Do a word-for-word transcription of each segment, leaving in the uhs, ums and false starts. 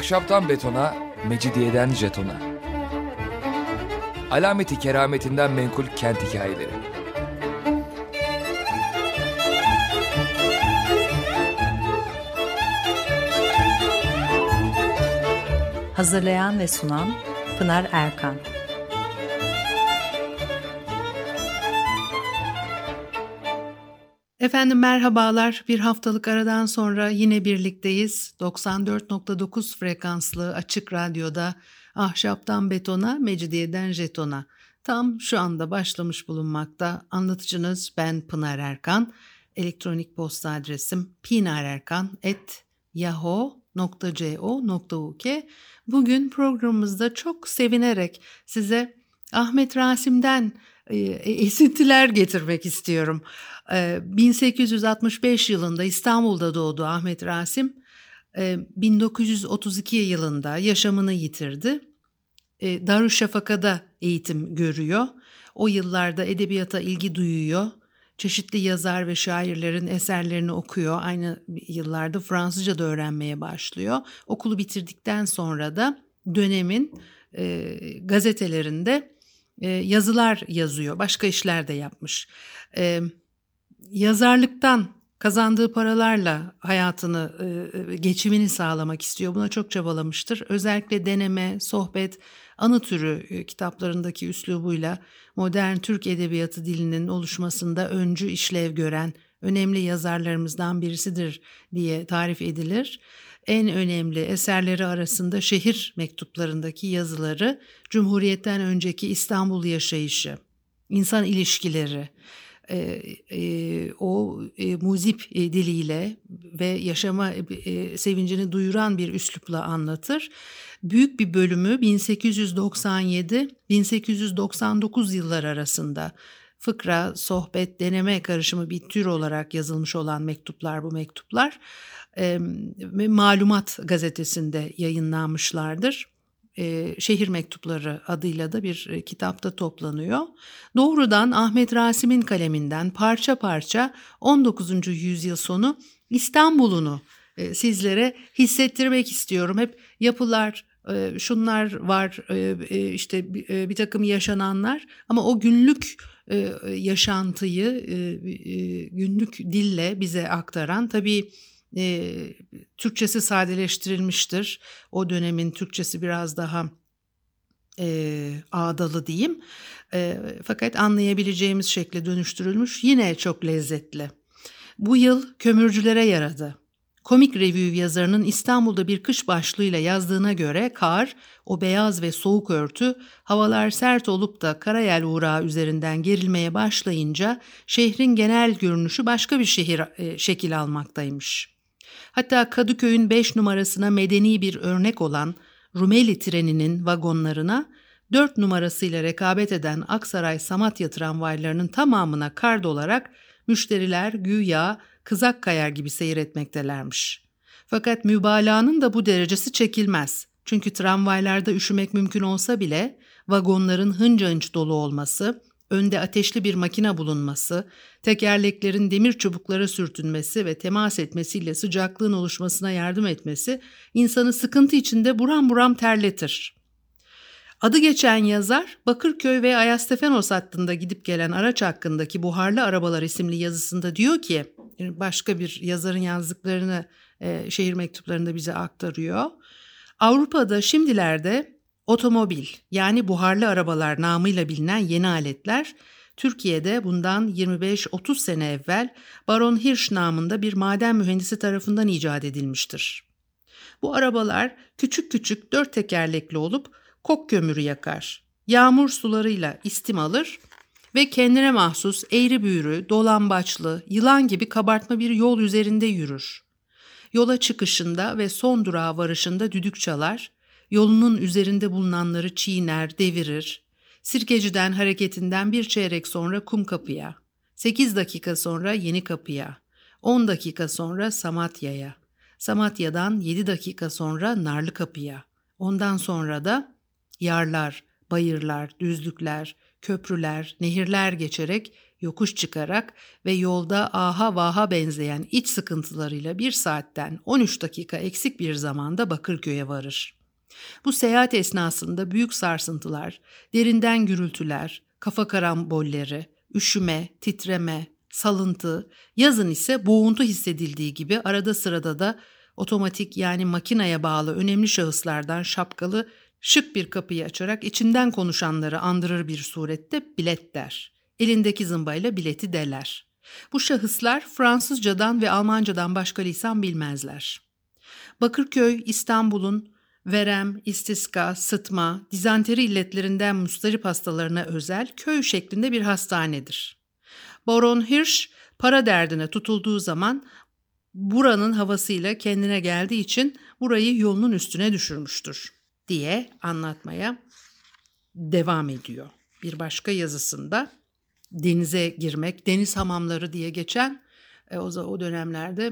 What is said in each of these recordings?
Ahşaptan betona, mecidiyeden jetona. Alameti kerametinden menkul kent hikayeleri. Hazırlayan ve sunan Pınar Erkan. Efendim merhabalar. Bir haftalık aradan sonra yine birlikteyiz. doksan dört nokta dokuz frekanslı Açık Radyo'da Ahşaptan Betona, Mecidiyeden Jeton'a tam şu anda başlamış bulunmakta. Anlatıcınız ben Pınar Erkan. Elektronik posta adresim pinarerkan at yahoo nokta co nokta uk. Bugün programımızda çok sevinerek size Ahmet Rasim'den e, esintiler getirmek istiyorum. E, bin sekiz yüz altmış beş yılında İstanbul'da doğdu Ahmet Rasim. E, bin dokuz yüz otuz iki yılında yaşamını yitirdi. E, Darüşşafaka'da eğitim görüyor. O yıllarda edebiyata ilgi duyuyor. Çeşitli yazar ve şairlerin eserlerini okuyor. Aynı yıllarda Fransızca da öğrenmeye başlıyor. Okulu bitirdikten sonra da dönemin e, gazetelerinde e, yazılar yazıyor. Başka işler de yapmış. E, yazarlıktan kazandığı paralarla hayatını, e, geçimini sağlamak istiyor. Buna çok çabalamıştır. Özellikle deneme, sohbet, anı türü e, kitaplarındaki üslubuyla modern Türk edebiyatı dilinin oluşmasında öncü işlev gören önemli yazarlarımızdan birisidir diye tarif edilir. En önemli eserleri arasında şehir mektuplarındaki yazıları, Cumhuriyet'ten önceki İstanbul yaşayışı, insan ilişkileri, E, e, o e, muzip e, diliyle ve yaşama e, sevincini duyuran bir üslupla anlatır. Büyük bir bölümü bin sekiz yüz doksan yedi bin sekiz yüz doksan dokuz yıllar arasında fıkra, sohbet, deneme karışımı bir tür olarak yazılmış olan mektuplar bu mektuplar e, ve Malumat gazetesinde yayınlanmışlardır. E, Şehir Mektupları adıyla da bir e, kitapta toplanıyor. Doğrudan Ahmet Rasim'in kaleminden parça parça on dokuzuncu yüzyıl sonu İstanbul'unu e, sizlere hissettirmek istiyorum. Hep yapılar, e, şunlar var, e, e, işte e, bir takım yaşananlar ama o günlük e, yaşantıyı e, e, günlük dille bize aktaran tabii E, Türkçesi sadeleştirilmiştir. O dönemin Türkçesi biraz daha e, ağdalı diyeyim. E, fakat anlayabileceğimiz şekle dönüştürülmüş. Yine çok lezzetli. Bu yıl kömürcülere yaradı. Komik review yazarının İstanbul'da bir kış başlığıyla yazdığına göre kar, o beyaz ve soğuk örtü, havalar sert olup da Karayel uğrağı üzerinden gerilmeye başlayınca şehrin genel görünüşü başka bir şehir e, şekil almaktaymış. Hatta Kadıköy'ün beş numarasına medeni bir örnek olan Rumeli treninin vagonlarına dört numarasıyla rekabet eden Aksaray-Samatya tramvaylarının tamamına kar dolarak müşteriler güya kızak kayar gibi seyretmektelermiş. Fakat mübalağanın da bu derecesi çekilmez. Çünkü tramvaylarda üşümek mümkün olsa bile vagonların hınca hınç dolu olması, önde ateşli bir makine bulunması, tekerleklerin demir çubuklara sürtünmesi ve temas etmesiyle sıcaklığın oluşmasına yardım etmesi insanı sıkıntı içinde buram buram terletir. Adı geçen yazar, Bakırköy ve Ayastefanos hattında gidip gelen araç hakkındaki Buharlı Arabalar isimli yazısında diyor ki, başka bir yazarın yazdıklarını e, şehir mektuplarında bize aktarıyor. Avrupa'da şimdilerde otomobil yani buharlı arabalar namıyla bilinen yeni aletler, Türkiye'de bundan yirmi beş otuz sene evvel Baron Hirsch namında bir maden mühendisi tarafından icat edilmiştir. Bu arabalar küçük küçük dört tekerlekli olup kok kömürü yakar, yağmur sularıyla istim alır ve kendine mahsus eğri büğrü, dolambaçlı, yılan gibi kabartma bir yol üzerinde yürür. Yola çıkışında ve son durağa varışında düdük çalar, yolunun üzerinde bulunanları çiğner, devirir. Sirkeci'den hareketinden bir çeyrek sonra Kumkapı'ya, sekiz dakika sonra Yenikapı'ya, on dakika sonra Samatya'ya, Samatya'dan yedi dakika sonra Narlıkapı'ya, ondan sonra da yarlar, bayırlar, düzlükler, köprüler, nehirler geçerek yokuş çıkarak ve yolda aha vaha benzeyen iç sıkıntılarıyla bir saatten on üç dakika eksik bir zamanda Bakırköy'e varır. Bu seyahat esnasında büyük sarsıntılar, derinden gürültüler, kafa karambolleri, üşüme, titreme, salıntı, yazın ise boğuntu hissedildiği gibi arada sırada da otomatik yani makineye bağlı önemli şahıslardan şapkalı şık bir kapıyı açarak içinden konuşanları andırır bir surette bilet der. Elindeki zımbayla bileti deler. Bu şahıslar Fransızcadan ve Almancadan başka lisan bilmezler. Bakırköy, İstanbul'un verem, istiska, sıtma, dizanteri illetlerinden mustarip hastalarına özel köy şeklinde bir hastanedir. Baron Hirsch para derdine tutulduğu zaman buranın havasıyla kendine geldiği için burayı yolunun üstüne düşürmüştür diye anlatmaya devam ediyor. Bir başka yazısında denize girmek, deniz hamamları diye geçen e, o, o dönemlerde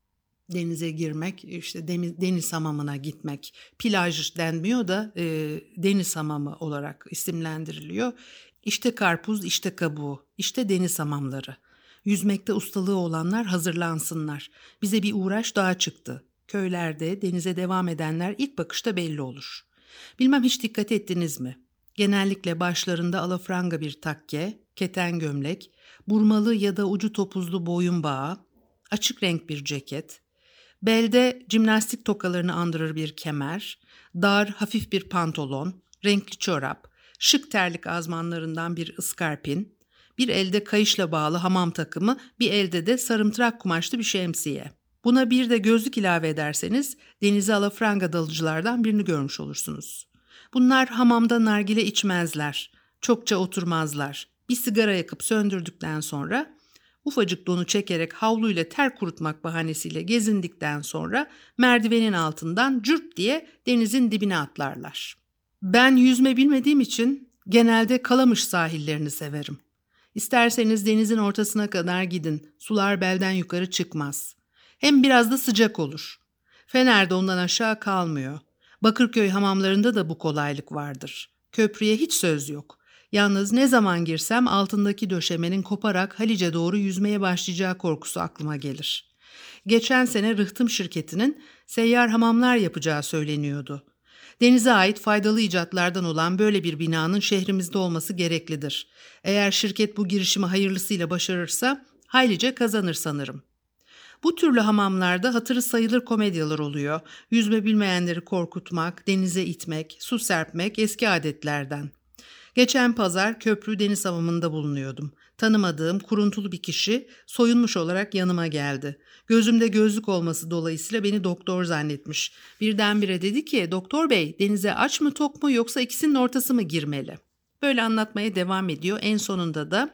denize girmek, işte deniz, deniz hamamına gitmek, plaj denmiyor da e, deniz hamamı olarak isimlendiriliyor. İşte karpuz, işte kabuğu, işte deniz hamamları. Yüzmekte ustalığı olanlar hazırlansınlar. Bize bir uğraş daha çıktı. Köylerde denize devam edenler ilk bakışta belli olur. Bilmem hiç dikkat ettiniz mi? Genellikle başlarında alafranga bir takke, keten gömlek, burmalı ya da ucu topuzlu boyun bağı, açık renk bir ceket, belde jimnastik tokalarını andırır bir kemer, dar hafif bir pantolon, renkli çorap, şık terlik azmanlarından bir ıskarpin, bir elde kayışla bağlı hamam takımı, bir elde de sarımtırak kumaşlı bir şemsiye. Buna bir de gözlük ilave ederseniz denize alafranga dalıcılardan birini görmüş olursunuz. Bunlar hamamda nargile içmezler, çokça oturmazlar. Bir sigara yakıp söndürdükten sonra ufacık donu çekerek havluyla ter kurutmak bahanesiyle gezindikten sonra merdivenin altından cürt diye denizin dibine atlarlar. Ben yüzme bilmediğim için genelde Kalamış sahillerini severim. İsterseniz denizin ortasına kadar gidin, sular belden yukarı çıkmaz. Hem biraz da sıcak olur. Fener'de ondan aşağı kalmıyor. Bakırköy hamamlarında da bu kolaylık vardır. Köprüye hiç söz yok. Yalnız ne zaman girsem altındaki döşemenin koparak Halice doğru yüzmeye başlayacağı korkusu aklıma gelir. Geçen sene Rıhtım şirketinin seyyar hamamlar yapacağı söyleniyordu. Denize ait faydalı icatlardan olan böyle bir binanın şehrimizde olması gereklidir. Eğer şirket bu girişimi hayırlısıyla başarırsa haylice kazanır sanırım. Bu türlü hamamlarda hatırı sayılır komedyalar oluyor. Yüzme bilmeyenleri korkutmak, denize itmek, su serpmek eski adetlerden. Geçen pazar köprü deniz hamamında bulunuyordum. Tanımadığım kuruntulu bir kişi soyunmuş olarak yanıma geldi. Gözümde gözlük olması dolayısıyla beni doktor zannetmiş. Birdenbire dedi ki, "Doktor bey, denize aç mı tok mu yoksa ikisinin ortası mı girmeli?" Böyle anlatmaya devam ediyor. En sonunda da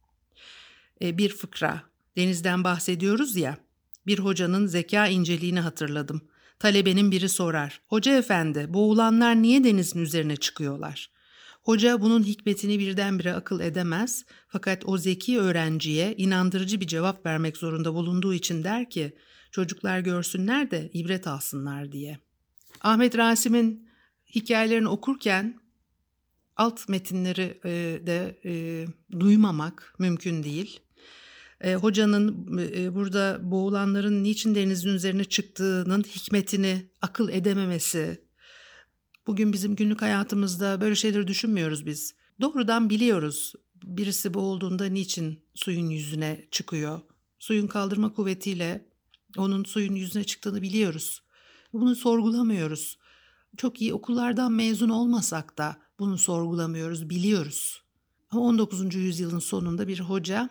e, bir fıkra. Denizden bahsediyoruz ya. Bir hocanın zeka inceliğini hatırladım. Talebenin biri sorar. "Hoca efendi, boğulanlar niye denizin üzerine çıkıyorlar?" Hoca bunun hikmetini birdenbire akıl edemez, fakat o zeki öğrenciye inandırıcı bir cevap vermek zorunda bulunduğu için der ki, "Çocuklar görsünler de ibret alsınlar" diye. Ahmet Rasim'in hikayelerini okurken alt metinleri e, de e, duymamak mümkün değil. E, hocanın e, burada boğulanların niçin denizin üzerine çıktığının hikmetini akıl edememesi. Bugün bizim günlük hayatımızda böyle şeyleri düşünmüyoruz biz. Doğrudan biliyoruz birisi boğulduğunda niçin suyun yüzüne çıkıyor. Suyun kaldırma kuvvetiyle onun suyun yüzüne çıktığını biliyoruz. Bunu sorgulamıyoruz. Çok iyi okullardan mezun olmasak da bunu sorgulamıyoruz, biliyoruz. Ama on dokuzuncu yüzyılın sonunda bir hoca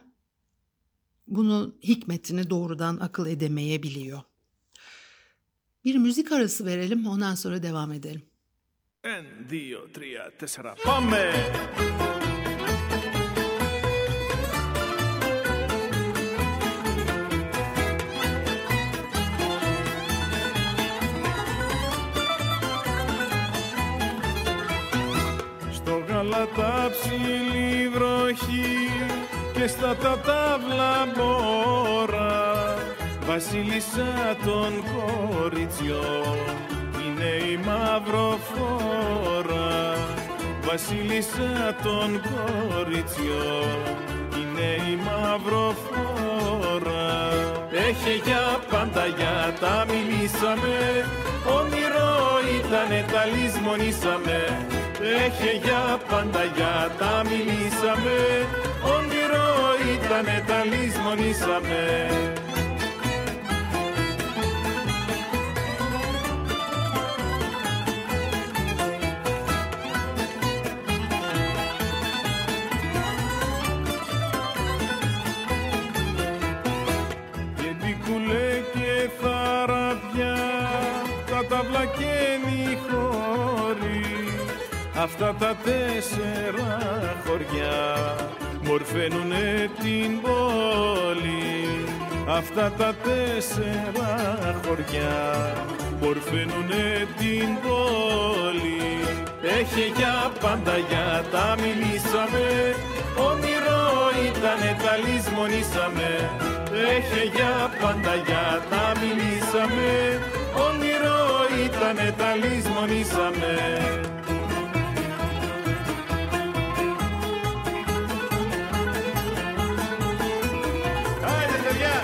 bunun hikmetini doğrudan akıl edemeyebiliyor. Bir müzik arası verelim, ondan sonra devam edelim. En, dio, tria, tessera, πάμε! Στο γάλατα ψηλή βροχή και στα τατάβλα μόρα βασίλισσα των κοριτσιών είναι η μαυροφόρα βασίλισσα των κοριτσιών είναι η μαυροφόρα. Έχει για πάντα για τα μιλήσαμε, όνειρο ήτανε τα λησμονήσαμε. Έχει για πάντα για τα μιλήσαμε, όνειρο ήτανε τα λησμονήσαμε. Βλακένει χώροι, αυτά τα τέσσερα χωριά μορφαίνουνε την πόλη. Αυτά τα τέσσερα χωριά μορφαίνουνε την πόλη. Έχει για πάντα για τα μιλήσαμε, όνειρο ήτανε τα λησμονήσαμε. Έχει για πάντα για τα μιλήσαμε, όνειρο ήτανε τα λησμονήσαμε. Άιντε παιδιά!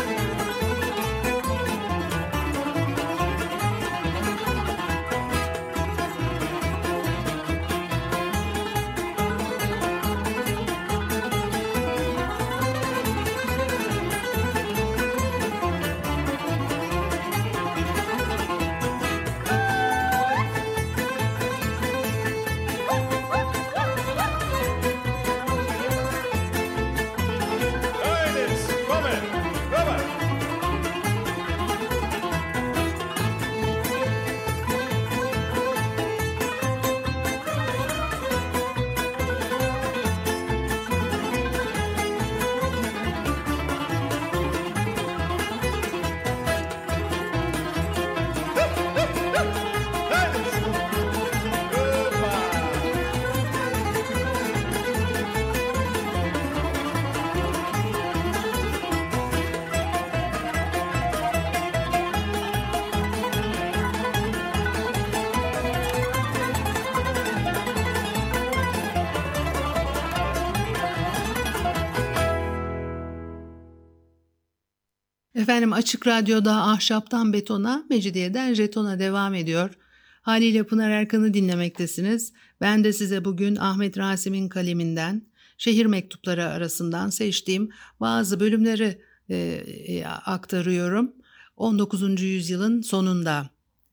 Efendim Açık Radyo'da Ahşaptan Betona, Mecidiyeden Jeton'a devam ediyor. Haliyle Pınar Erkan'ı dinlemektesiniz. Ben de size bugün Ahmet Rasim'in kaleminden, şehir mektupları arasından seçtiğim bazı bölümleri e, e, aktarıyorum. on dokuzuncu yüzyılın sonunda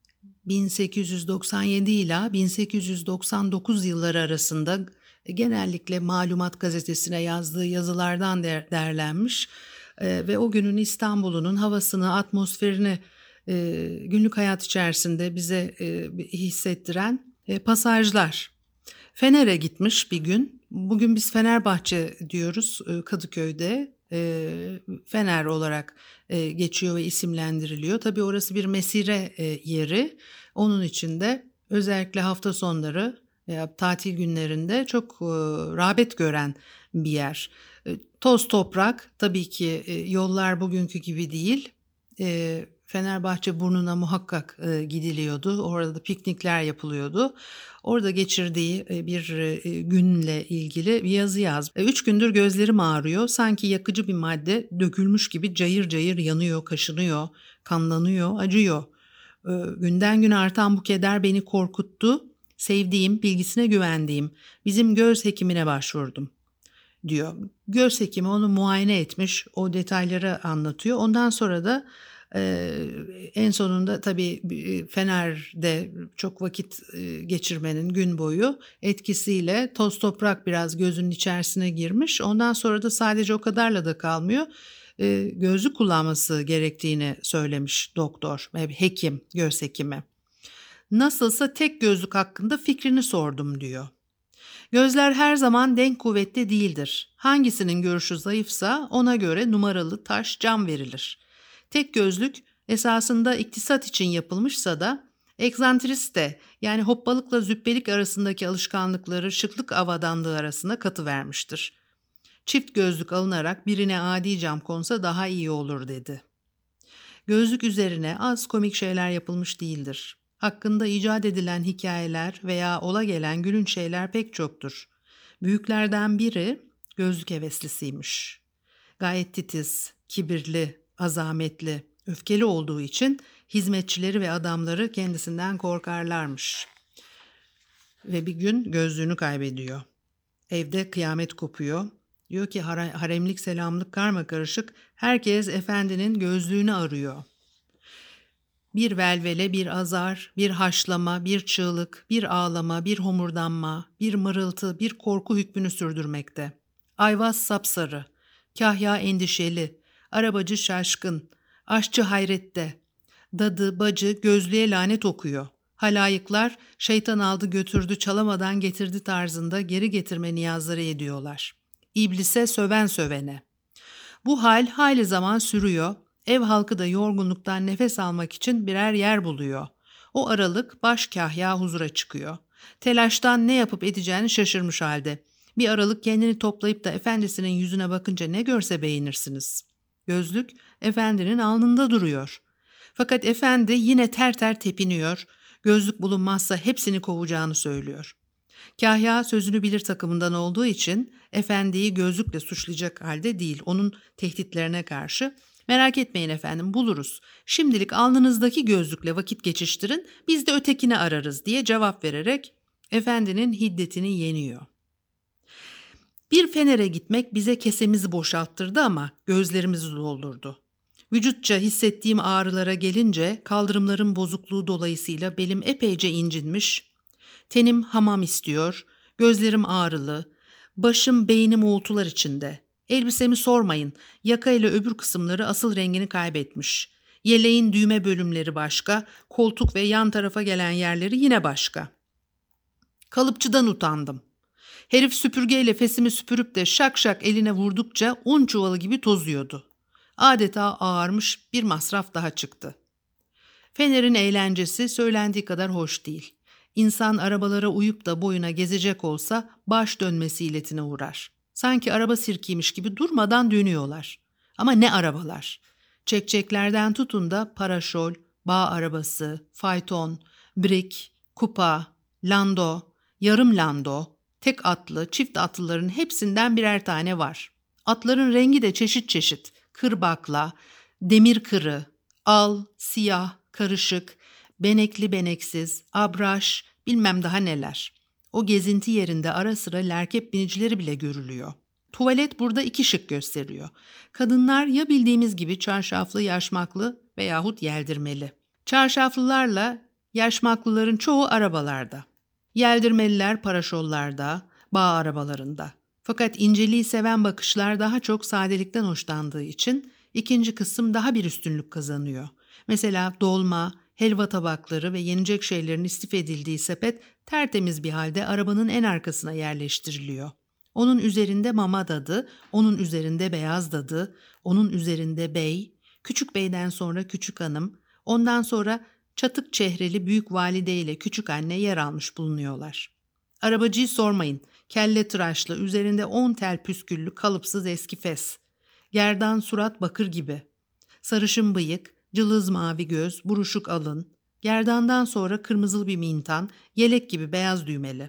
bin sekiz yüz doksan yedi ile bin sekiz yüz doksan dokuz yılları arasında genellikle Malumat Gazetesi'ne yazdığı yazılardan der, derlenmiş e, ve o günün İstanbul'unun havasını, atmosferini e, günlük hayat içerisinde bize e, hissettiren e, pasajlar. Fener'e gitmiş bir gün. Bugün biz Fenerbahçe diyoruz e, Kadıköy'de. E, Fener olarak e, geçiyor ve isimlendiriliyor. Tabii orası bir mesire e, yeri. Onun için de özellikle hafta sonları veya tatil günlerinde çok e, rağbet gören bir yer. E, toz toprak, tabii ki e, yollar bugünkü gibi değil. E, Fenerbahçe burnuna muhakkak e, gidiliyordu. Orada da piknikler yapılıyordu. Orada geçirdiği e, bir e, günle ilgili bir yazı yaz. E, üç gündür gözlerim ağrıyor. Sanki yakıcı bir madde dökülmüş gibi cayır cayır yanıyor, kaşınıyor, kanlanıyor, acıyor. E, günden güne artan bu keder beni korkuttu. Sevdiğim, bilgisine güvendiğim bizim göz hekimine başvurdum diyor. Göz hekimi onu muayene etmiş, o detayları anlatıyor. Ondan sonra da Ee, en sonunda tabii Fener'de çok vakit geçirmenin gün boyu etkisiyle toz toprak biraz gözünün içerisine girmiş. Ondan sonra da sadece o kadarla da kalmıyor. Ee, gözlük kullanması gerektiğini söylemiş doktor, hekim, göz hekimi. Nasılsa tek gözlük hakkında fikrini sordum diyor. Gözler her zaman denk kuvvetli değildir. Hangisinin görüşü zayıfsa ona göre numaralı taş cam verilir. Tek gözlük esasında iktisat için yapılmışsa da egzantriste yani hopbalıkla züppelik arasındaki alışkanlıkları şıklık avadanlığı arasına katıvermiştir. Çift gözlük alınarak birine adi cam konsa daha iyi olur dedi. Gözlük üzerine az komik şeyler yapılmış değildir. Hakkında icat edilen hikayeler veya ola gelen gülünç şeyler pek çoktur. Büyüklerden biri gözlük heveslisiymiş. Gayet titiz, kibirli, azametli, öfkeli olduğu için hizmetçileri ve adamları kendisinden korkarlarmış. Ve bir gün gözlüğünü kaybediyor. Evde kıyamet kopuyor. Diyor ki haremlik selamlık karmakarışık, herkes efendinin gözlüğünü arıyor. Bir velvele, bir azar, bir haşlama, bir çığlık, bir ağlama, bir homurdanma, bir mırıltı, bir korku hükmünü sürdürmekte. Ayvaz sapsarı, kahya endişeli, arabacı şaşkın, aşçı hayrette, dadı, bacı gözlüğe lanet okuyor. Halayıklar şeytan aldı götürdü çalamadan getirdi tarzında geri getirme niyazları ediyorlar. İblise söven sövene. Bu hal hayli zaman sürüyor. Ev halkı da yorgunluktan nefes almak için birer yer buluyor. O aralık baş kahya huzura çıkıyor. Telaştan ne yapıp edeceğini şaşırmış halde. Bir aralık kendini toplayıp da efendisinin yüzüne bakınca ne görse beğenirsiniz. Gözlük efendinin alnında duruyor. Fakat efendi yine ter ter tepiniyor. Gözlük bulunmazsa hepsini kovacağını söylüyor. Kahya sözünü bilir takımından olduğu için efendiyi gözlükle suçlayacak halde değil. Onun tehditlerine karşı merak etmeyin efendim buluruz. Şimdilik alnınızdaki gözlükle vakit geçiştirin, biz de ötekini ararız diye cevap vererek efendinin hiddetini yeniyor. Bir fenere gitmek bize kesemizi boşalttırdı ama gözlerimizi doldurdu. Vücutça hissettiğim ağrılara gelince kaldırımların bozukluğu dolayısıyla belim epeyce incinmiş, tenim hamam istiyor, gözlerim ağrılı, başım beynim uğultular içinde. Elbisemi sormayın, yaka ile öbür kısımları asıl rengini kaybetmiş. Yeleğin düğme bölümleri başka, koltuk ve yan tarafa gelen yerleri yine başka. Kalıpçıdan utandım. Herif süpürgeyle fesimi süpürüp de şak şak eline vurdukça un çuvalı gibi tozuyordu. Adeta ağarmış bir masraf daha çıktı. Fener'in eğlencesi söylendiği kadar hoş değil. İnsan arabalara uyup da boyuna gezecek olsa baş dönmesi illetine uğrar. Sanki araba sirkiymiş gibi durmadan dönüyorlar. Ama ne arabalar? Çekçeklerden tutun da paraşol, bağ arabası, fayton, brik, kupa, lando, yarım lando, tek atlı, çift atlıların hepsinden birer tane var. Atların rengi de çeşit çeşit. Kırbakla, demir kırı, al, siyah, karışık, benekli beneksiz, abraş, bilmem daha neler. O gezinti yerinde ara sıra lerkep binicileri bile görülüyor. Tuvalet burada iki şık gösteriyor. Kadınlar ya bildiğimiz gibi çarşaflı, yaşmaklı veyahut yeldirmeli. Çarşaflılarla yaşmaklıların çoğu arabalarda. Yeldirmeliler paraşollarda, bağ arabalarında. Fakat inceliği seven bakışlar daha çok sadelikten hoşlandığı için ikinci kısım daha bir üstünlük kazanıyor. Mesela dolma, helva tabakları ve yenecek şeylerin istif edildiği sepet tertemiz bir halde arabanın en arkasına yerleştiriliyor. Onun üzerinde mama dadı, onun üzerinde beyaz dadı, onun üzerinde bey, küçük beyden sonra küçük hanım, ondan sonra çatık çehreli büyük valide ile küçük anne yer almış bulunuyorlar. Arabacıyı sormayın, kelle tıraşlı, üzerinde on tel püsküllü kalıpsız eski fes. Gerdan surat bakır gibi. Sarışın bıyık, cılız mavi göz, buruşuk alın, gerdandan sonra kırmızılı bir mintan, yelek gibi beyaz düğmeli.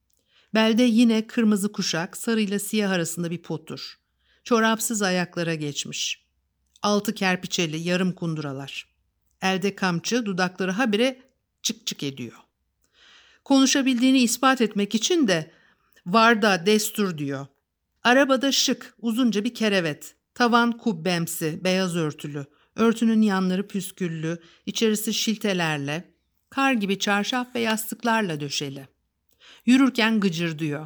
Belde yine kırmızı kuşak, sarıyla siyah arasında bir potur. Çorapsız ayaklara geçmiş. Altı kerpiçeli, yarım kunduralar. Elde kamçı, dudakları habire çık çık ediyor. Konuşabildiğini ispat etmek için de var da destur diyor. Arabada şık, uzunca bir kerevet. Tavan kubbemsi, beyaz örtülü. Örtünün yanları püsküllü, içerisi şiltelerle, kar gibi çarşaf ve yastıklarla döşeli. Yürürken gıcırdıyor.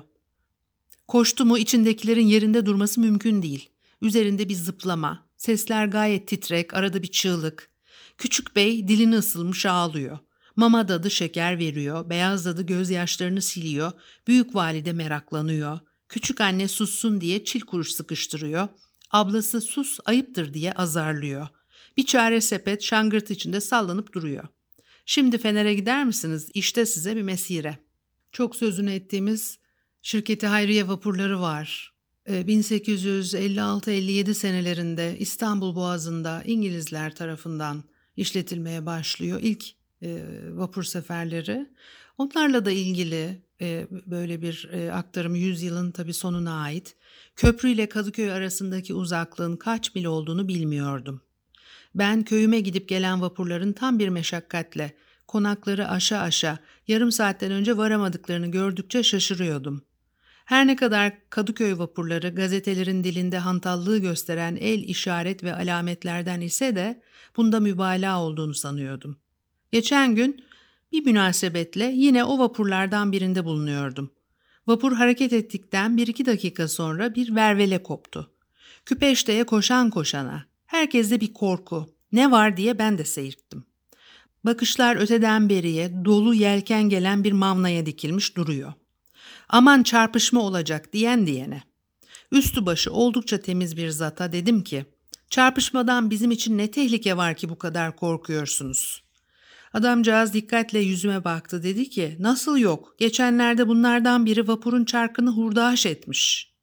Koştu mu içindekilerin yerinde durması mümkün değil. Üzerinde bir zıplama, sesler gayet titrek, arada bir çığlık. Küçük bey dilini ısılmış ağlıyor. Mama dadı şeker veriyor, beyaz dadı gözyaşlarını siliyor, büyük valide meraklanıyor. Küçük anne sussun diye çil kuruş sıkıştırıyor. Ablası sus ayıptır diye azarlıyor. Bir çare sepet şangırt içinde sallanıp duruyor. Şimdi Fener'e gider misiniz? İşte size bir mesire. Çok sözünü ettiğimiz şirketi Hayriye vapurları var. bin sekiz yüz elli altı elli yedi senelerinde İstanbul Boğazı'nda İngilizler tarafından işletilmeye başlıyor ilk e, vapur seferleri. Onlarla da ilgili e, böyle bir e, aktarım yüzyılın tabii sonuna ait. Köprü ile Kadıköy arasındaki uzaklığın kaç mil olduğunu bilmiyordum. Ben köyüme gidip gelen vapurların tam bir meşakkatle, konakları aşa aşa, yarım saatten önce varamadıklarını gördükçe şaşırıyordum. Her ne kadar Kadıköy vapurları gazetelerin dilinde hantallığı gösteren el işaret ve alametlerden ise de bunda mübalağa olduğunu sanıyordum. Geçen gün bir münasebetle yine o vapurlardan birinde bulunuyordum. Vapur hareket ettikten bir iki dakika sonra bir vervele koptu. Küpeşte'ye koşan koşana, herkeste bir korku, ne var diye ben de seyirttim. Bakışlar öteden beriye dolu yelken gelen bir mavnaya dikilmiş duruyor. Aman çarpışma olacak diyen diyene. Üstü başı oldukça temiz bir zata dedim ki, çarpışmadan bizim için ne tehlike var ki bu kadar korkuyorsunuz? Adamcağız dikkatle yüzüme baktı, dedi ki, nasıl yok? Geçenlerde bunlardan biri vapurun çarkını hurdaş etmiş.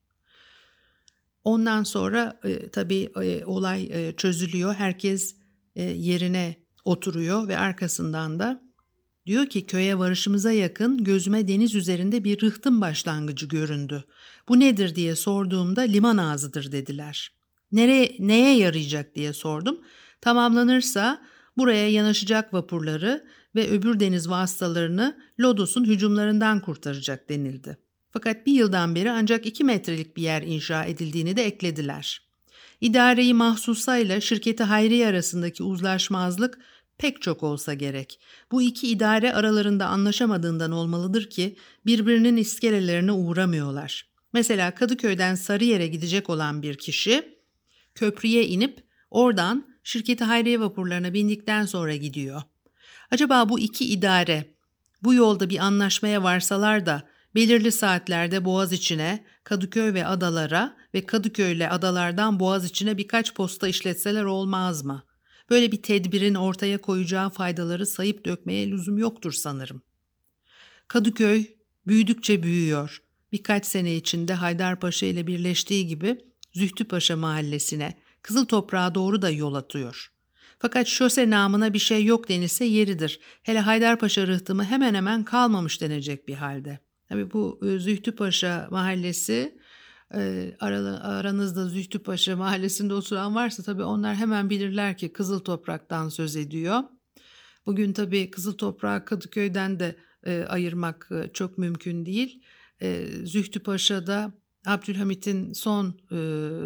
Ondan sonra e, tabii e, olay e, çözülüyor. Herkes e, yerine oturuyor ve arkasından da diyor ki, köye varışımıza yakın gözüme deniz üzerinde bir rıhtım başlangıcı göründü. Bu nedir diye sorduğumda liman ağzıdır dediler. Nereye, neye yarayacak diye sordum. Tamamlanırsa buraya yanaşacak vapurları ve öbür deniz vasıtalarını Lodos'un hücumlarından kurtaracak denildi. Fakat bir yıldan beri ancak iki metrelik bir yer inşa edildiğini de eklediler. İdare-i Mahsusa ile şirketi Hayriye arasındaki uzlaşmazlık pek çok olsa gerek. Bu iki idare aralarında anlaşamadığından olmalıdır ki birbirinin iskelelerine uğramıyorlar. Mesela Kadıköy'den Sarıyer'e gidecek olan bir kişi köprüye inip oradan şirketi Hayriye vapurlarına bindikten sonra gidiyor. Acaba bu iki idare bu yolda bir anlaşmaya varsalar da belirli saatlerde Boğaziçi'ne, Kadıköy ve adalara ve Kadıköy ile adalardan Boğaziçi'ne birkaç posta işletseler olmaz mı? Böyle bir tedbirin ortaya koyacağı faydaları sayıp dökmeye lüzum yoktur sanırım. Kadıköy büyüdükçe büyüyor. Birkaç sene içinde Haydarpaşa ile birleştiği gibi Zühtüpaşa mahallesine, Kızıl Toprağa doğru da yol atıyor. Fakat şose namına bir şey yok denilse yeridir. Hele Haydarpaşa rıhtımı hemen hemen kalmamış denecek bir halde. Tabii bu Zühtüpaşa mahallesi, e, aranızda Zühtüpaşa mahallesinde oturan varsa tabii onlar hemen bilirler ki Kızıl Toprak'tan söz ediyor. Bugün tabii Kızıl Toprak'ı Kadıköy'den de e, ayırmak e, çok mümkün değil. E, Zühtüpaşa'da Abdülhamit'in son e,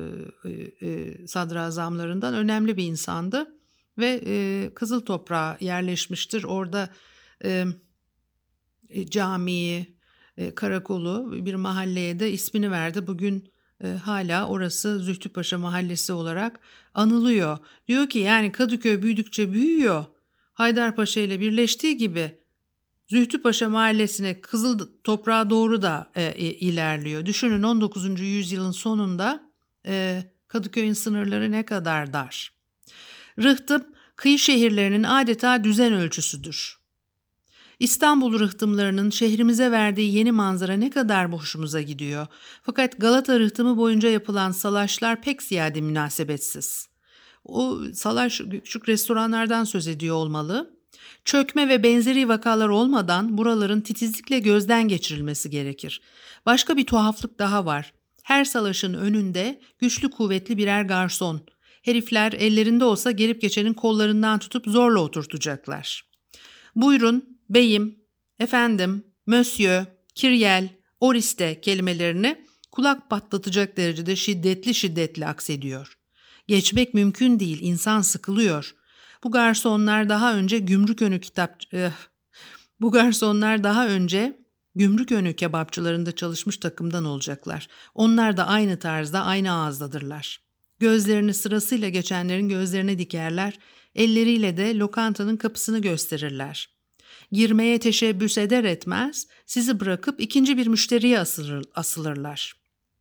e, sadrazamlarından önemli bir insandı ve e, Kızıl Toprağa yerleşmiştir. Orada e, e, camiyi, e, karakolu bir mahalleye de ismini verdi. Bugün e, hala orası Zühtüpaşa Mahallesi olarak anılıyor. Diyor ki yani Kadıköy büyüdükçe büyüyor. Haydarpaşa ile birleştiği gibi Zühtüpaşa Mahallesi'ne Kızıl Toprağa doğru da e, ilerliyor. Düşünün on dokuzuncu yüzyılın sonunda e, Kadıköy'ün sınırları ne kadar dar. Rıhtım kıyı şehirlerinin adeta düzen ölçüsüdür. İstanbul rıhtımlarının şehrimize verdiği yeni manzara ne kadar hoşumuza gidiyor. Fakat Galata rıhtımı boyunca yapılan salaşlar pek ziyade münasebetsiz. O salaş küçük restoranlardan söz ediyor olmalı. Çökme ve benzeri vakalar olmadan buraların titizlikle gözden geçirilmesi gerekir. Başka bir tuhaflık daha var. Her salaşın önünde güçlü kuvvetli birer garson. Herifler ellerinde olsa gelip geçenin kollarından tutup zorla oturtacaklar. Buyurun, beyim, efendim, monsieur, kiryel, oriste kelimelerini kulak patlatacak derecede şiddetli şiddetli aksediyor. Geçmek mümkün değil, insan sıkılıyor. Bu garsonlar daha önce Gümrükönü kitap eh, bu garsonlar daha önce Gümrükönü kebapçılarında çalışmış takımdan olacaklar. Onlar da aynı tarzda, aynı ağızdadırlar. Gözlerini sırasıyla geçenlerin gözlerine dikerler, elleriyle de lokantanın kapısını gösterirler. Girmeye teşebbüs eder etmez sizi bırakıp ikinci bir müşteriye asılır, asılırlar.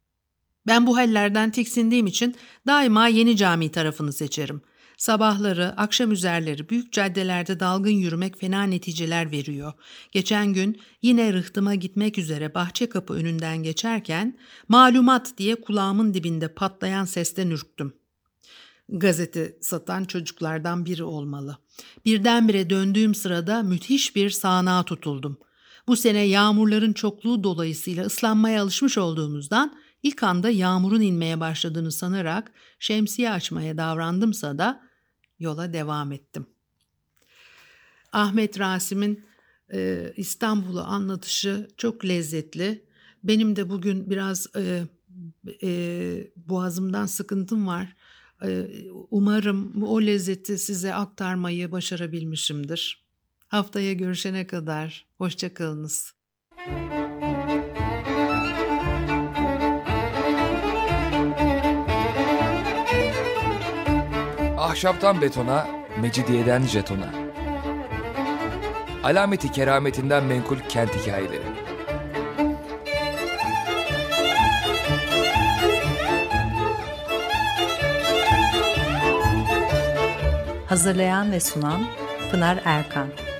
Ben bu hallerden tiksindiğim için daima Yeni Cami tarafını seçerim. Sabahları, akşam üzerleri büyük caddelerde dalgın yürümek fena neticeler veriyor. Geçen gün yine rıhtıma gitmek üzere Bahçekapı önünden geçerken malumat diye kulağımın dibinde patlayan sesten ürktüm. Gazete satan çocuklardan biri olmalı. Birdenbire döndüğüm sırada müthiş bir sağanağa tutuldum. Bu sene yağmurların çokluğu dolayısıyla ıslanmaya alışmış olduğumuzdan İlk anda yağmurun inmeye başladığını sanarak şemsiye açmaya davrandımsa da yola devam ettim. Ahmet Rasim'in e, İstanbul'u anlatışı çok lezzetli. Benim de bugün biraz e, e, boğazımdan sıkıntım var. E, umarım o lezzeti size aktarmayı başarabilmişimdir. Haftaya görüşene kadar hoşça kalınız. Ahşaptan betona, mecidiyeden jetona. Alameti kerametinden menkul kent hikayeleri. Hazırlayan ve sunan Pınar Erkan.